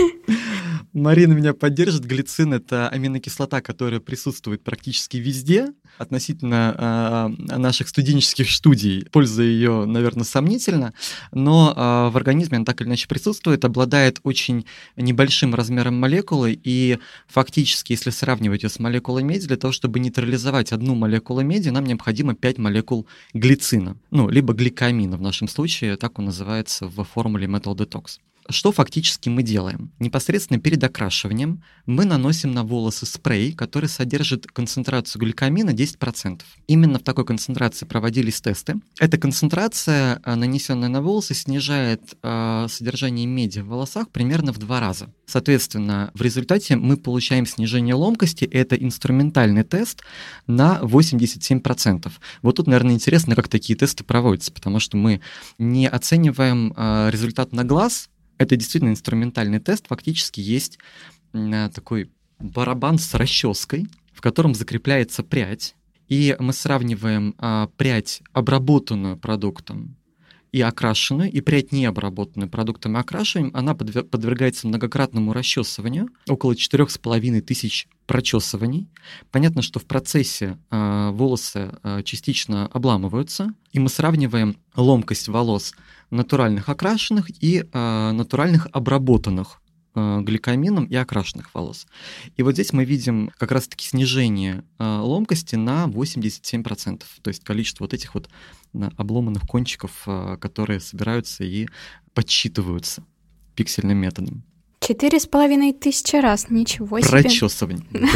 Марина меня поддержит. Глицин — это аминокислота, которая присутствует практически везде. Относительно э, наших студенческих студий польза ее, наверное, сомнительна, но э, в организме она так или иначе присутствует, обладает очень небольшим размером молекулы, и фактически, если сравнивать ее с молекулой меди, для того, чтобы нейтрализовать одну молекулу меди, нам необходимо пять молекул глицина, ну, либо гликамина в нашем случае, так он называется в формуле Metal Detox. Что фактически мы делаем? Непосредственно перед окрашиванием мы наносим на волосы спрей, который содержит концентрацию гликамина десять процентов. Именно в такой концентрации проводились тесты. Эта концентрация, нанесенная на волосы, снижает э, содержание меди в волосах примерно в два раза. Соответственно, в результате мы получаем снижение ломкости. Это инструментальный тест на восемьдесят семь процентов. Вот тут, наверное, интересно, как такие тесты проводятся, потому что мы не оцениваем э, результат на глаз. Это действительно инструментальный тест, фактически есть такой барабан с расческой, в котором закрепляется прядь, и мы сравниваем а, прядь, обработанную продуктом, и окрашенную, и прядь, не обработанную продуктом и окрашиванием, она подвергается многократному расчесыванию, около четырех с половиной тысяч прочесываний. Понятно, что в процессе э, волосы э, частично обламываются, и мы сравниваем ломкость волос натуральных окрашенных и э, натуральных обработанных э, гликамином и окрашенных волос. И вот здесь мы видим как раз-таки снижение э, ломкости на восемьдесят семь процентов, то есть количество вот этих вот обломанных кончиков, которые собираются и подсчитываются пиксельным методом. Четыре с половиной тысячи раз, ничего себе. Прочесывание, да.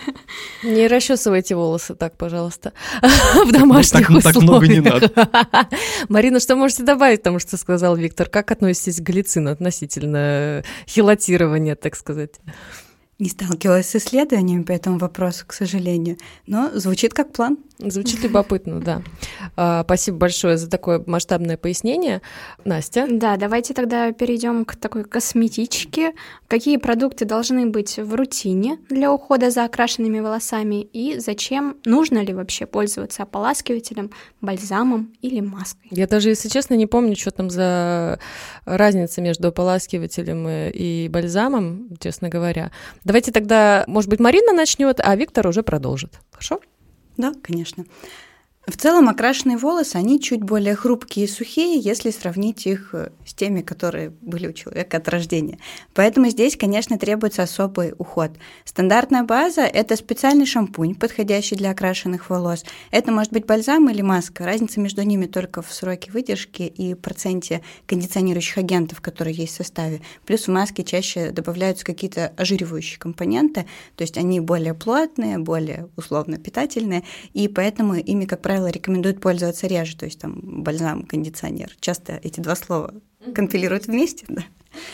Не расчесывайте волосы так, пожалуйста, в домашних условиях. Так много не надо. Марина, что можете добавить к тому, что сказал Виктор? Как относитесь к глицину относительно хелатирования, так сказать? Не сталкивалась с исследованиями по этому вопросу, к сожалению, но звучит как план. Звучит любопытно, да. А, спасибо большое за такое масштабное пояснение. Настя? Да, давайте тогда перейдем к такой косметичке. Какие продукты должны быть в рутине для ухода за окрашенными волосами и зачем, нужно ли вообще пользоваться ополаскивателем, бальзамом или маской? Я даже, если честно, не помню, что там за разница между ополаскивателем и бальзамом, честно говоря. Давайте тогда, может быть, Марина начнет, а Виктор уже продолжит. Хорошо? Да, конечно. В целом окрашенные волосы, они чуть более хрупкие и сухие, если сравнить их с теми, которые были у человека от рождения. Поэтому здесь, конечно, требуется особый уход. Стандартная база – это специальный шампунь, подходящий для окрашенных волос. Это может быть бальзам или маска. Разница между ними только в сроке выдержки и проценте кондиционирующих агентов, которые есть в составе. Плюс в маске чаще добавляются какие-то ожиривающие компоненты, то есть они более плотные, более условно питательные, и поэтому ими, как правило, рекомендуют пользоваться реже, то есть там бальзам, кондиционер. Часто эти два слова компилируют вместе, да.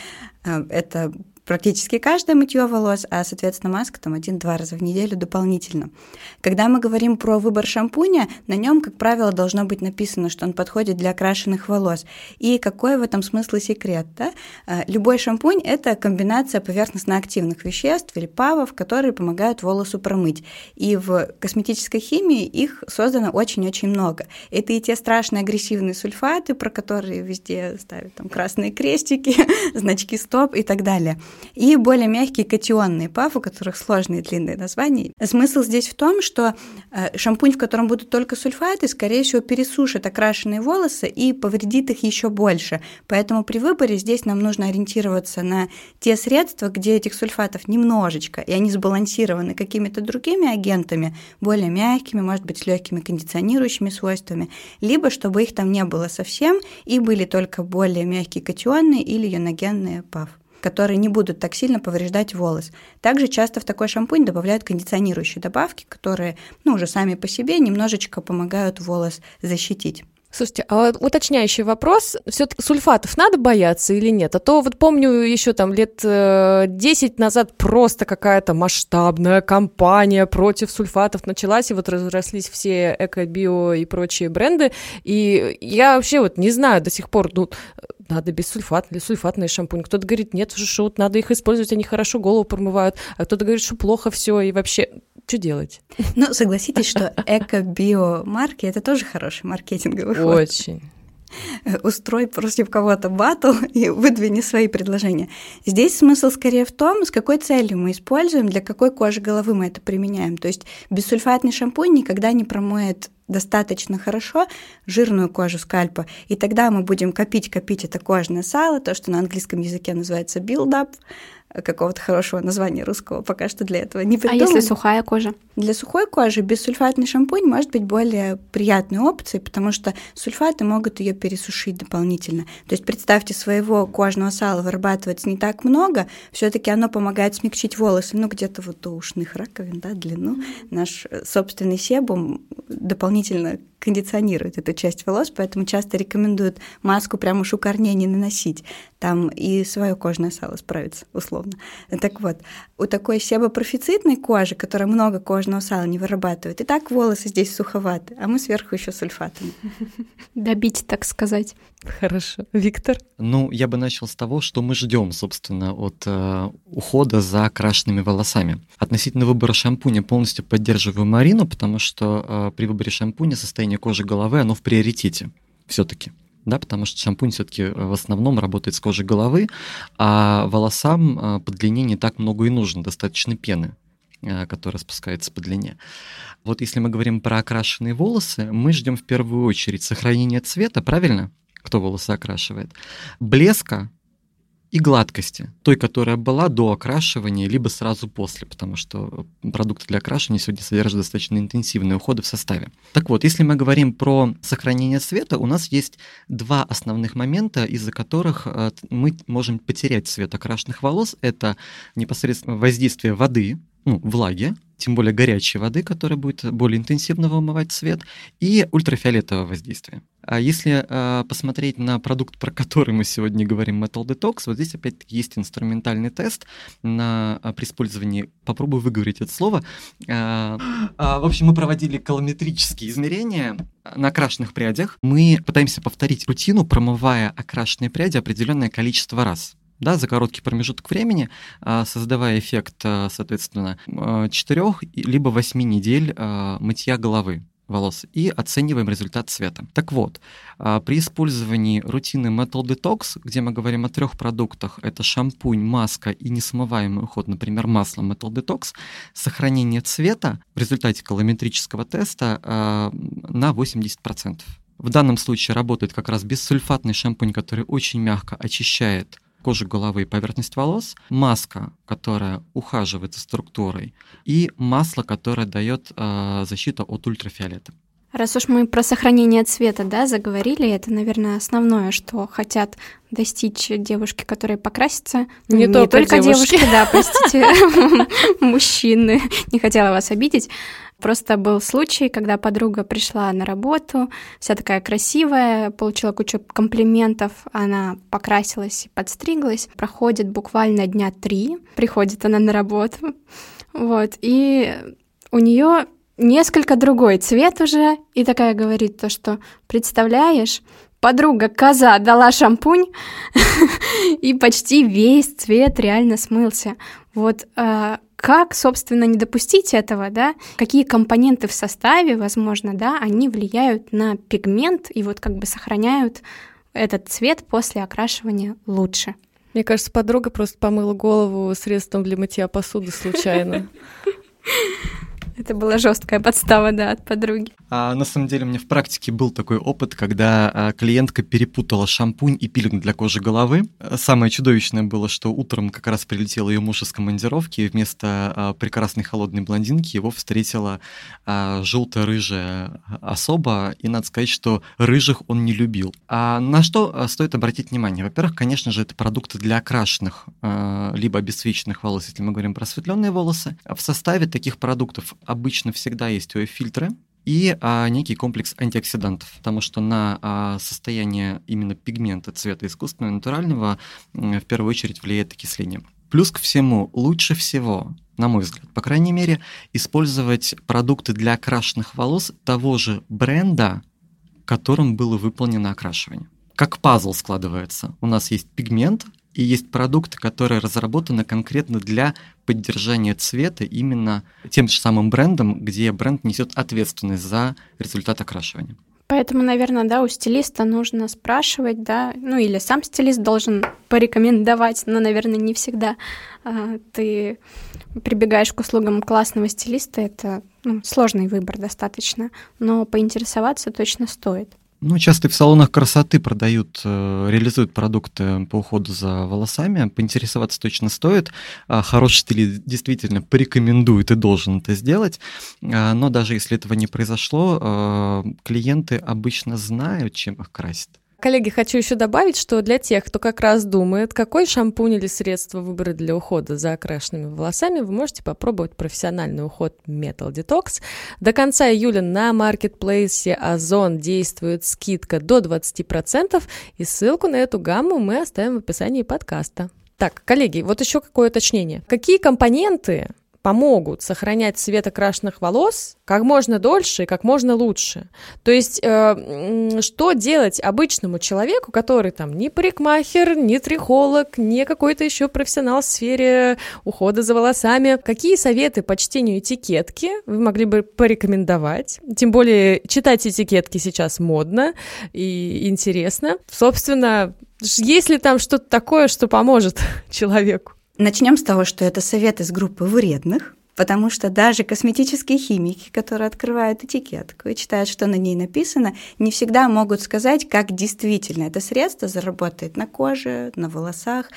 Это практически каждое мытье волос, а, соответственно, маска там один-два раза в неделю дополнительно. Когда мы говорим про выбор шампуня, на нем, как правило, должно быть написано, что он подходит для окрашенных волос. И какой в этом смысл и секрет? Да? Любой шампунь – это комбинация поверхностно-активных веществ или павов, которые помогают волосу промыть. И в косметической химии их создано очень-очень много. Это и те страшные агрессивные сульфаты, про которые везде ставят там красные крестики, значки стоп и так далее. И более мягкие катионные паф, у которых сложные длинные названия. Смысл здесь в том, что шампунь, в котором будут только сульфаты, скорее всего, пересушит окрашенные волосы и повредит их еще больше. Поэтому при выборе здесь нам нужно ориентироваться на те средства, где этих сульфатов немножечко, и они сбалансированы какими-то другими агентами, более мягкими, может быть, с легкими кондиционирующими свойствами, либо чтобы их там не было совсем, и были только более мягкие катионные или ионогенные паф, которые не будут так сильно повреждать волос. Также часто в такой шампунь добавляют кондиционирующие добавки, которые, ну, уже сами по себе немножечко помогают волос защитить. Слушайте, а уточняющий вопрос, все-таки сульфатов надо бояться или нет? А то вот помню еще там лет десять назад просто какая-то масштабная кампания против сульфатов началась, и вот разрослись все эко, био и прочие бренды, и я вообще вот не знаю до сих пор, ну, надо бессульфатный или сульфатный шампунь. Кто-то говорит, нет, что вот надо их использовать, они хорошо голову промывают, а кто-то говорит, что плохо все и вообще, что делать? Ну, согласитесь, что эко-био-марки – это тоже хороший маркетинговый ход. Очень. Устрой против кого-то батл и выдвини свои предложения. Здесь смысл скорее в том, с какой целью мы используем, для какой кожи головы мы это применяем. То есть бессульфатный шампунь никогда не промоет достаточно хорошо жирную кожу скальпа, и тогда мы будем копить-копить это кожное сало, то, что на английском языке называется build-up, какого-то хорошего названия русского пока что для этого не придумано. А если сухая кожа? Для сухой кожи бессульфатный шампунь может быть более приятной опцией, потому что сульфаты могут ее пересушить дополнительно. То есть представьте, своего кожного сала вырабатывается не так много, все-таки оно помогает смягчить волосы, ну где-то вот до ушных раковин, да, длину. Наш собственный себум дополнительно кондиционирует эту часть волос, поэтому часто рекомендуют маску прямо уж у корней не наносить. Там и свое кожное сало справится, условно. Так вот, у такой себопрофицитной кожи, которая много кожного сала не вырабатывает, и так волосы здесь суховаты, а мы сверху еще сульфатами. Добить, так сказать. Хорошо. Виктор? Ну, я бы начал с того, что мы ждем, собственно, от э, ухода за окрашенными волосами. Относительно выбора шампуня полностью поддерживаю Марину, потому что э, при выборе шампуня состояние кожи головы, оно в приоритете все-таки. Да, потому что шампунь все-таки в основном работает с кожей головы, а волосам э, по длине не так много и нужно, достаточно пены, э, которая спускается по длине. Вот если мы говорим про окрашенные волосы, мы ждем в первую очередь сохранения цвета, правильно? Кто волосы окрашивает, блеска и гладкости, той, которая была до окрашивания, либо сразу после, потому что продукты для окрашивания сегодня содержат достаточно интенсивные уходы в составе. Так вот, если мы говорим про сохранение цвета, у нас есть два основных момента, из-за которых мы можем потерять цвет окрашенных волос. Это непосредственно воздействие воды, ну, влаги, тем более горячей воды, которая будет более интенсивно вымывать цвет, и ультрафиолетовое воздействие. А если э, посмотреть на продукт, про который мы сегодня говорим, Metal Detox, вот здесь опять-таки есть инструментальный тест на, при использовании, попробую выговорить это слово. Э, э, в общем, мы проводили колометрические измерения на окрашенных прядях. Мы пытаемся повторить рутину, промывая окрашенные пряди определенное количество раз. Да, за короткий промежуток времени, создавая эффект, соответственно, четырех либо восьми недель мытья головы, волос, и оцениваем результат цвета. Так вот, при использовании рутины Metal Detox, где мы говорим о трех продуктах, это шампунь, маска и несмываемый уход, например, маслом Metal Detox, сохранение цвета в результате колометрического теста на восемьдесят процентов. В данном случае работает как раз бессульфатный шампунь, который очень мягко очищает кожу головы и поверхность волос, маска, которая ухаживает за структурой, и масло, которое дает э, защиту от ультрафиолета. Раз уж мы про сохранение цвета, да, заговорили, это, наверное, основное, что хотят достичь девушки, которые покрасятся. Не, не только, только девушки. девушки, да, простите, мужчины. Не хотела вас обидеть. Просто был случай, когда подруга пришла на работу, вся такая красивая, получила кучу комплиментов, она покрасилась и подстриглась. Проходит буквально дня три, приходит она на работу, вот, и у нее несколько другой цвет уже, и такая говорит то, что, представляешь, подруга-коза дала шампунь, и почти весь цвет реально смылся. Вот как, собственно, не допустить этого, да? Какие компоненты в составе, возможно, да, они влияют на пигмент и вот как бы сохраняют этот цвет после окрашивания лучше? Мне кажется, подруга просто помыла голову средством для мытья посуды случайно. Это была жесткая подстава, да, от подруги. А, на самом деле у меня в практике был такой опыт, когда а, клиентка перепутала шампунь и пилинг для кожи головы. Самое чудовищное было, что утром как раз прилетел ее муж из командировки, и вместо а, прекрасной холодной блондинки его встретила а, желто-рыжая особа, и надо сказать, что рыжих он не любил. А на что стоит обратить внимание? Во-первых, конечно же, это продукты для окрашенных а, либо обесцвеченных волос, если мы говорим про осветленные волосы. В составе таких продуктов обычно всегда есть о эф-фильтры и а, некий комплекс антиоксидантов, потому что на а, состояние именно пигмента, цвета искусственного и натурального в первую очередь влияет окисление. Плюс ко всему, лучше всего, на мой взгляд, по крайней мере, использовать продукты для окрашенных волос того же бренда, которым было выполнено окрашивание. Как пазл складывается. У нас есть пигмент, и есть продукты, которые разработаны конкретно для поддержания цвета именно тем же самым брендом, где бренд несет ответственность за результат окрашивания. Поэтому, наверное, да, у стилиста нужно спрашивать, да, ну или сам стилист должен порекомендовать, но, наверное, не всегда а, ты прибегаешь к услугам классного стилиста, это ну, сложный выбор достаточно, но поинтересоваться точно стоит. Ну, часто в салонах красоты продают, реализуют продукты по уходу за волосами. Поинтересоваться точно стоит. Хороший стилист действительно порекомендует и должен это сделать. Но даже если этого не произошло, клиенты обычно знают, чем их красят. Коллеги, хочу еще добавить, что для тех, кто как раз думает, какой шампунь или средство выбрать для ухода за окрашенными волосами, вы можете попробовать профессиональный уход Metal Detox. До конца июля на маркетплейсе Озон действует скидка до двадцать процентов, и ссылку на эту гамму мы оставим в описании подкаста. Так, коллеги, вот еще какое уточнение. Какие компоненты помогут сохранять цвет окрашенных волос как можно дольше и как можно лучше? То есть, э, что делать обычному человеку, который там не парикмахер, не трихолог, не какой-то еще профессионал в сфере ухода за волосами? Какие советы по чтению этикетки вы могли бы порекомендовать? Тем более, читать этикетки сейчас модно и интересно. Собственно, есть ли там что-то такое, что поможет человеку? Начнем с того, что это совет из группы вредных, потому что даже косметические химики, которые открывают этикетку и читают, что на ней написано, не всегда могут сказать, как действительно это средство заработает на коже, на волосах,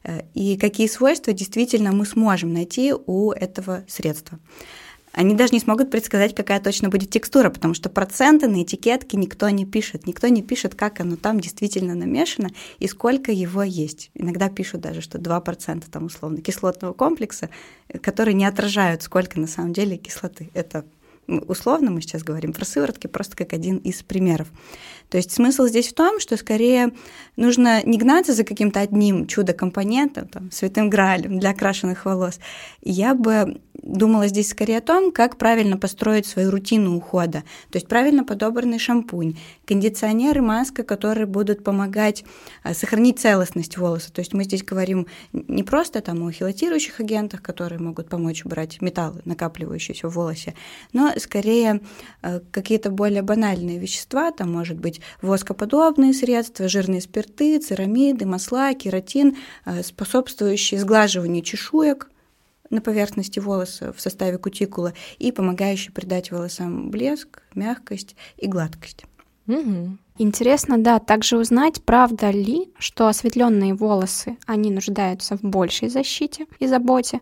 и какие свойства действительно мы сможем найти у этого средства. Они даже не смогут предсказать, какая точно будет текстура, потому что проценты на этикетке никто не пишет. Никто не пишет, как оно там действительно намешано и сколько его есть. Иногда пишут даже, что два процента там условно кислотного комплекса, которые не отражают, сколько на самом деле кислоты. Это условно мы сейчас говорим про сыворотки, просто как один из примеров. То есть смысл здесь в том, что скорее нужно не гнаться за каким-то одним чудо-компонентом, там, святым граалем для окрашенных волос. Я бы думала здесь скорее о том, как правильно построить свою рутину ухода. То есть правильно подобранный шампунь, кондиционер и маска, которые будут помогать сохранить целостность волоса. То есть мы здесь говорим не просто там о хелатирующих агентах, которые могут помочь убрать металлы, накапливающиеся в волосе, но скорее какие-то более банальные вещества, там может быть воскоподобные средства, жирные спирты, церамиды, масла, кератин, способствующие сглаживанию чешуек на поверхности волоса в составе кутикулы и помогающие придать волосам блеск, мягкость и гладкость. Угу. Интересно, да, также узнать, правда ли, что осветленные волосы, они нуждаются в большей защите и заботе,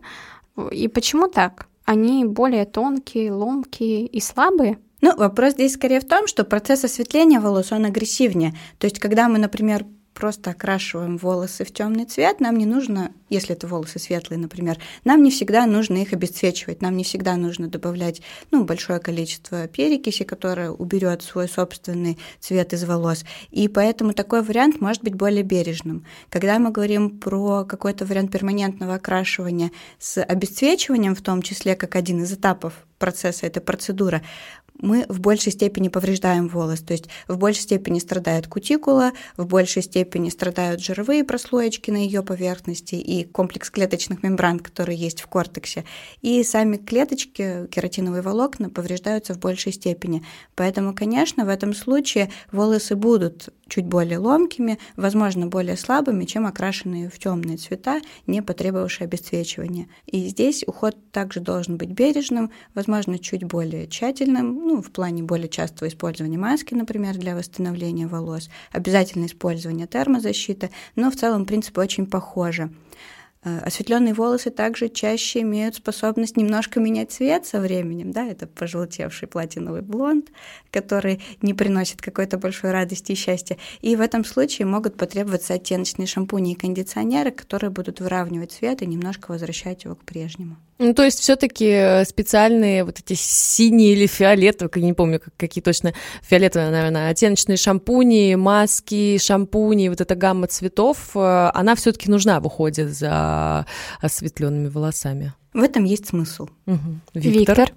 и почему так? Они более тонкие, ломкие и слабые? Ну, вопрос здесь скорее в том, что процесс осветления волос, он агрессивнее. То есть, когда мы, например, просто окрашиваем волосы в темный цвет, нам не нужно, если это волосы светлые, например, нам не всегда нужно их обесцвечивать, нам не всегда нужно добавлять ну, большое количество перекиси, которое уберет свой собственный цвет из волос. И поэтому такой вариант может быть более бережным. Когда мы говорим про какой-то вариант перманентного окрашивания с обесцвечиванием, в том числе как один из этапов процесса, этой процедуры, мы в большей степени повреждаем волос, то есть в большей степени страдает кутикула, в большей степени страдают жировые прослоечки на ее поверхности и комплекс клеточных мембран, которые есть в кортексе, и сами клеточки, кератиновые волокна повреждаются в большей степени. Поэтому, конечно, в этом случае волосы будут чуть более ломкими, возможно, более слабыми, чем окрашенные в темные цвета, не потребовавшие обесцвечивания. И здесь уход также должен быть бережным, возможно, чуть более тщательным, ну, в плане более частого использования маски, например, для восстановления волос, обязательно использование термозащиты, но в целом принципы очень похожи. Осветленные волосы также чаще имеют способность немножко менять цвет со временем, да, это пожелтевший платиновый блонд, который не приносит какой-то большой радости и счастья, и в этом случае могут потребоваться оттеночные шампуни и кондиционеры, которые будут выравнивать цвет и немножко возвращать его к прежнему. Ну, то есть все-таки специальные вот эти синие или фиолетовые, я не помню, какие точно, фиолетовые, наверное, оттеночные шампуни, маски, шампуни, вот эта гамма цветов, она все-таки нужна в уходе за осветленными волосами. В этом есть смысл. Угу. Виктор? Виктор?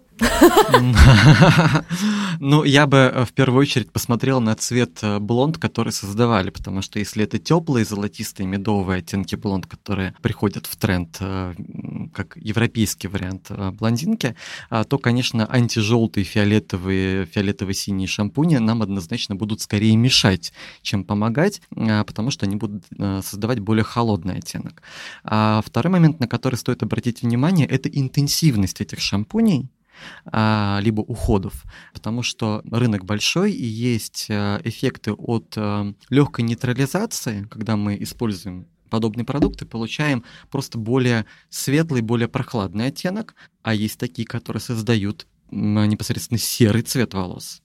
Ну, я бы в первую очередь посмотрел на цвет блонд, который создавали, потому что если это теплые золотистые медовые оттенки блонд, которые приходят в тренд как европейский вариант блондинки, то, конечно, антижелтые, фиолетовые, фиолетово-синие шампуни нам однозначно будут скорее мешать, чем помогать, потому что они будут создавать более холодный оттенок. А второй момент, на который стоит обратить внимание, это интенсивность этих шампуней, либо уходов, потому что рынок большой и есть эффекты от легкой нейтрализации, когда мы используем подобные продукты, получаем просто более светлый, более прохладный оттенок, а есть такие, которые создают непосредственно серый цвет волос.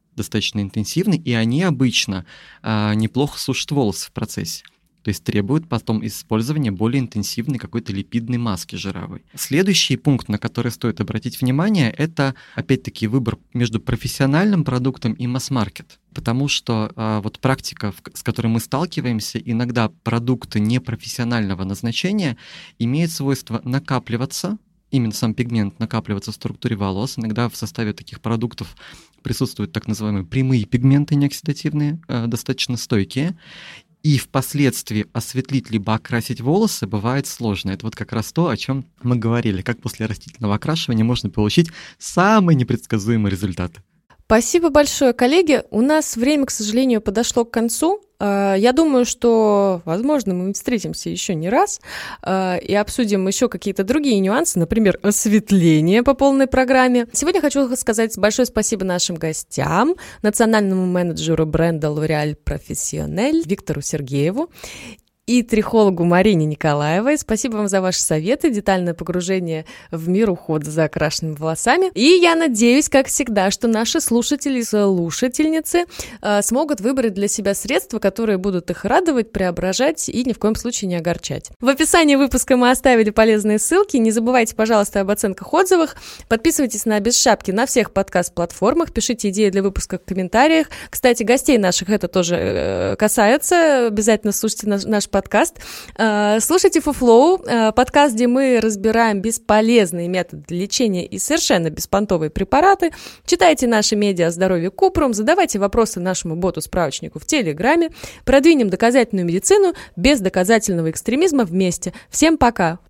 достаточно интенсивны, и они обычно а, неплохо сушат волосы в процессе. То есть требуют потом использования более интенсивной какой-то липидной маски жировой. Следующий пункт, на который стоит обратить внимание, это, опять-таки, выбор между профессиональным продуктом и масс-маркет. Потому что а, вот практика, с которой мы сталкиваемся, иногда продукты непрофессионального назначения имеют свойство накапливаться, именно сам пигмент накапливаться в структуре волос. Иногда в составе таких продуктов присутствуют так называемые прямые пигменты неоксидативные, а, достаточно стойкие. И впоследствии осветлить либо окрасить волосы бывает сложно. Это вот как раз то, о чем мы говорили, как после растительного окрашивания можно получить самые непредсказуемые результаты. Спасибо большое, коллеги. У нас время, к сожалению, подошло к концу. Я думаю, что, возможно, мы встретимся еще не раз и обсудим еще какие-то другие нюансы, например, осветление по полной программе. Сегодня хочу сказать большое спасибо нашим гостям, национальному менеджеру бренда L'Oréal Professionnel Виктору Сергееву и трихологу Марине Николаевой. Спасибо вам за ваши советы, детальное погружение в мир ухода за окрашенными волосами. И я надеюсь, как всегда, что наши слушатели и слушательницы э, смогут выбрать для себя средства, которые будут их радовать, преображать и ни в коем случае не огорчать. В описании выпуска мы оставили полезные ссылки. Не забывайте, пожалуйста, об оценках, отзывах. Подписывайтесь на «Без шапки» на всех подкаст-платформах. Пишите идеи для выпуска в комментариях. Кстати, гостей наших это тоже э, касается. Обязательно слушайте наш, наш подкаст. подкаст. Слушайте Фуфлоу, подкаст, где мы разбираем бесполезные методы лечения и совершенно беспонтовые препараты. Читайте наши медиа о здоровье Купрум, задавайте вопросы нашему боту-справочнику в Телеграме. Продвинем доказательную медицину без доказательного экстремизма вместе. Всем пока!